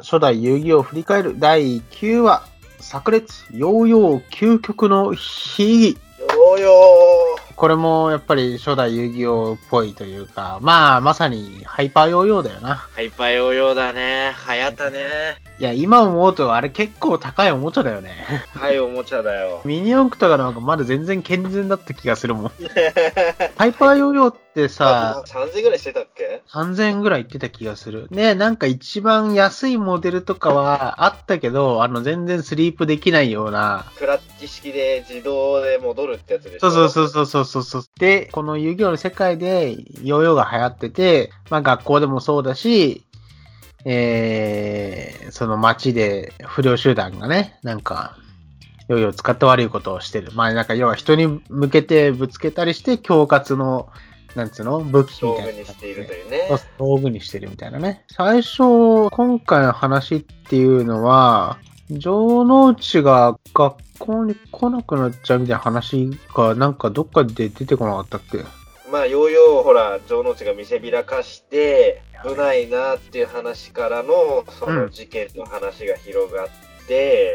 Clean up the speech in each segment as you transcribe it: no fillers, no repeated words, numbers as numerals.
初代遊戯王を振り返る第9話、炸裂ヨーヨー究極の悲劇。 ヨーヨこれもやっぱり初代遊戯王っぽいというか、まあまさにハイパーヨーヨーだよな。 ハイパーヨーヨーだね。流行ったね。 いや、今思うとあれ結構高いおもちゃだよね。 はい、おもちゃだよ。 ミニ四駆とかなんかまだ全然健全だった気がするもん。ハイパーヨーヨーってさ、 3000ぐらいしてたっけ 3000円ぐらい言ってた気がする。ね、なんか一番安いモデルとかはあったけど、全然スリープできないような。 クラッチ式で自動で戻るってやつでしょ。 そう。で、この遊戯王の世界でヨーヨーが流行ってて、まあ学校でもそうだし、その街で不良集団がね、なんか、ヨーヨーを使って悪いことをしてる。まあなんか要は人に向けてぶつけたりして、恐喝の、なんつうの武器みたいな。 道具にしているというね。 道具にしてるみたいなね。最初、今回の話っていうのは、城之内が学校に来なくなっちゃうみたいな話が、なんかどっかで出てこなかったっけ？ まあ、ヨーヨーをほら、城之内が見せびらかして、危ないなっていう話からの、その事件の話が広がって、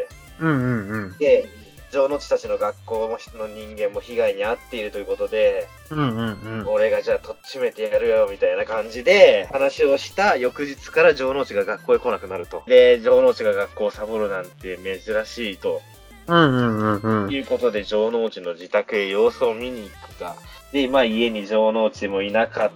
で、城之内たちの学校の人間も被害に遭っているということで、俺がじゃあとっちめてやるよみたいな感じで話をした翌日から城之内が学校へ来なくなると。で、城之内が学校をサボるなんて珍しいと。いうことで城之内の自宅へ様子を見に行った。で、まあ家に城之内もいなかった。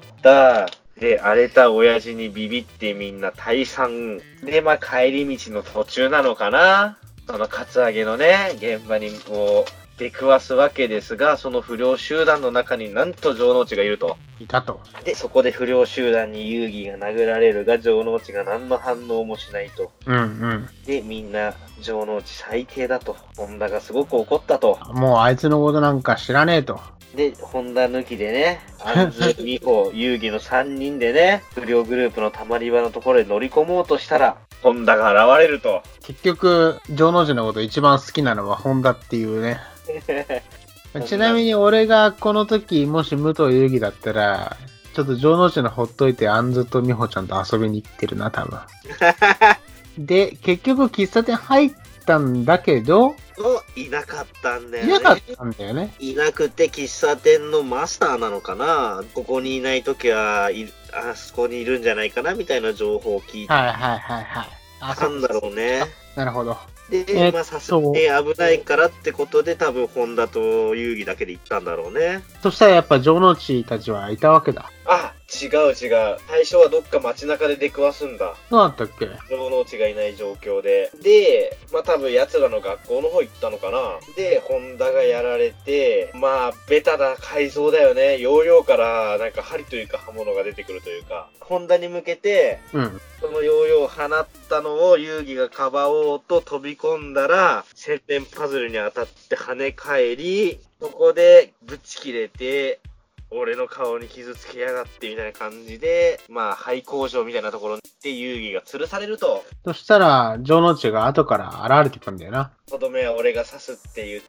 で、荒れた親父にビビってみんな退散。で、まあ帰り道の途中なのかな。そのカツアゲのね、現場にこう、出くわすわけですが、その不良集団の中になんと城之内がいると。 いたと。 で、そこで不良集団に遊戯が殴られるが、城之内が何の反応もしないと。で、みんな、城之内最低だと。本田がすごく怒ったと。 もうあいつのことなんか知らねえと。 で、本田抜きでね、安住美穂、遊戯の3人でね、不良グループのたまり場のところへ乗り込もうとしたら、本田が現れると。 結局、城之内のこと一番好きなのは本田っていうね。ちなみに俺がこの時、もし武藤遊戯だったら、ちょっと城之内のほっといて、安住と美穂ちゃんと遊びに行ってるな、多分。で、結局喫茶店入ったんだけど、 いなかったんだよね。 いなかったんだよね。 いなくて喫茶店のマスターなのかな、ここにいないときはあそこにいるんじゃないかなみたいな情報を聞いて。なんだろうね。 なるほど。 で、まあさすがに危ないからってことで多分本田と遊戯だけで行ったんだろうね。 そしたらやっぱ城之内たちはいたわけだ。 あ、違う。最初はどっか街中で出くわすんだ。 どうだったっけ？ 城之内がいない状況で。で、まあ多分奴らの学校の方行ったのかな。で、本田がやられて、まあベタな改造だよね。ヨーヨーからなんか針というか刃物が出てくるというか、本田に向けて、そのヨーヨーを放ったのを遊戯がかばおうと飛び込んだら、千年パズルに当たって跳ね返り、そこでぶち切れて、俺の顔に傷つけやがってみたいな感じで、まあ廃工場みたいなところで遊戯が吊るされると。 そしたら城之内が後から現れてくんだよな。 とどめは俺が刺すって言って、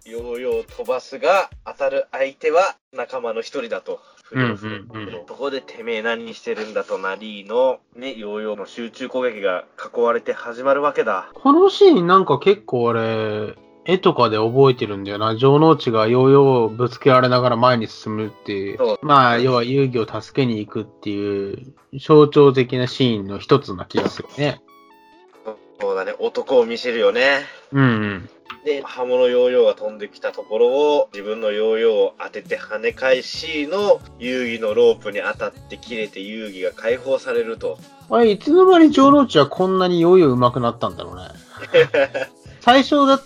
ヨーヨーを飛ばすが、当たる相手は仲間の一人だと。そこでてめえ何してるんだとなりの、ね、ヨーヨーの集中攻撃が囲われて始まるわけだ。 このシーンなんか結構俺、絵とかで覚えてるんだよな。城之内がヨーヨーをぶつけられながら前に進むっていう。まあ、要は遊戯を助けに行くっていう象徴的なシーンの一つな気がするね。 そうだね、男を見せるよね。で、刃物ヨーヨーが飛んできたところを自分のヨーヨーを当てて跳ね返しの遊戯のロープに当たって切れて遊戯が解放されると。 あれ、いつの間に城之内はこんなにヨーヨー上手くなったんだろうね。最初だって、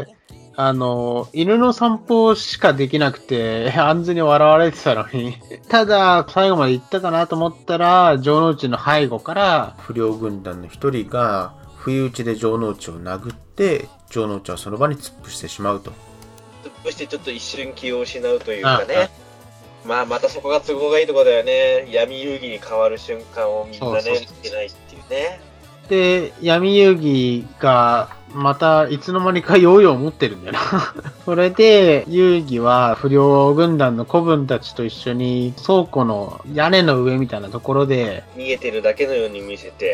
犬の散歩しかできなくて、安全に笑われてたのに。ただ、最後まで行ったかなと思ったら、城之内の背後から、不良軍団の一人が、不意打ちで城之内を殴って、城之内はその場に突っ伏してしまうと。 突っ伏してちょっと一瞬気を失うというかね。まあ、またそこが都合がいいとこだよね。闇遊戯に変わる瞬間をみんなね、見てないっていうね。 で、闇遊戯が、また、いつの間にかヨーヨーを持ってるんだよな。それで、遊戯は不良軍団の子分たちと一緒に倉庫の屋根の上みたいなところで、 逃げてるだけのように見せて、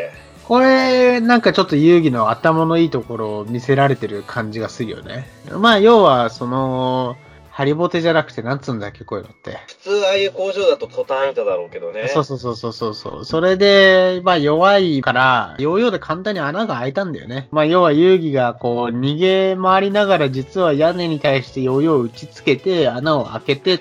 これ、なんかちょっと遊戯の頭のいいところを見せられてる感じがするよね。まあ、要は、ハリボテじゃなくて、なんつうんだっけ、こういうのって。 普通、ああいう工場だとトタン板だろうけどね。 そう。それで、まあ、弱いから、ヨーヨーで簡単に穴が開いたんだよね。まあ、要は遊戯がこう、逃げ回りながら、実は屋根に対してヨーヨーを打ち付けて、穴を開けてって、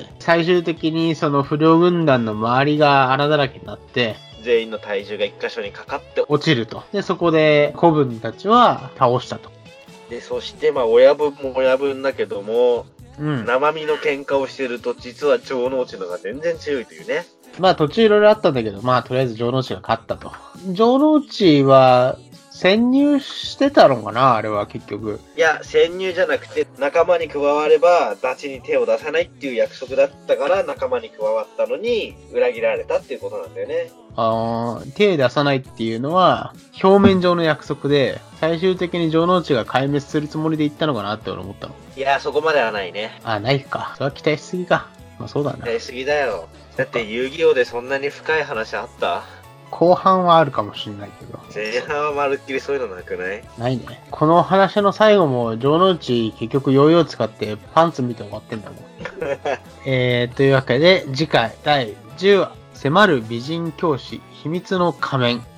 最終的にその不良軍団の周りが穴だらけになって、 全員の体重が一箇所にかかって落ちると。で、そこで子分たちは倒したと。 で、そしてまあ親分も親分だけども、 うん。 生身の喧嘩をしてると、実は城之内のが全然強いというね。 まあ途中いろいろあったんだけど、まあとりあえず城之内が勝ったと。城之内は潜入してたのかなあれは結局。 いや、潜入じゃなくて、仲間に加われば、ダチに手を出さないっていう約束だったから、仲間に加わったのに、裏切られたっていうことなんだよね。 手出さないっていうのは、表面上の約束で、最終的に城之内が壊滅するつもりで言ったのかなって俺思ったの。 いや、そこまではないね。 ないか。それは期待しすぎか。まあそうだな。 期待しすぎだよ。だって遊戯王でそんなに深い話あった？ 後半はあるかもしれないけど。 前半はまるっきりそういうのなくない？ ないね。この話の最後も、城之内結局ヨーヨー使ってパンツ見て終わってんだもん。というわけで、次回第10話、迫る美人教師秘密の仮面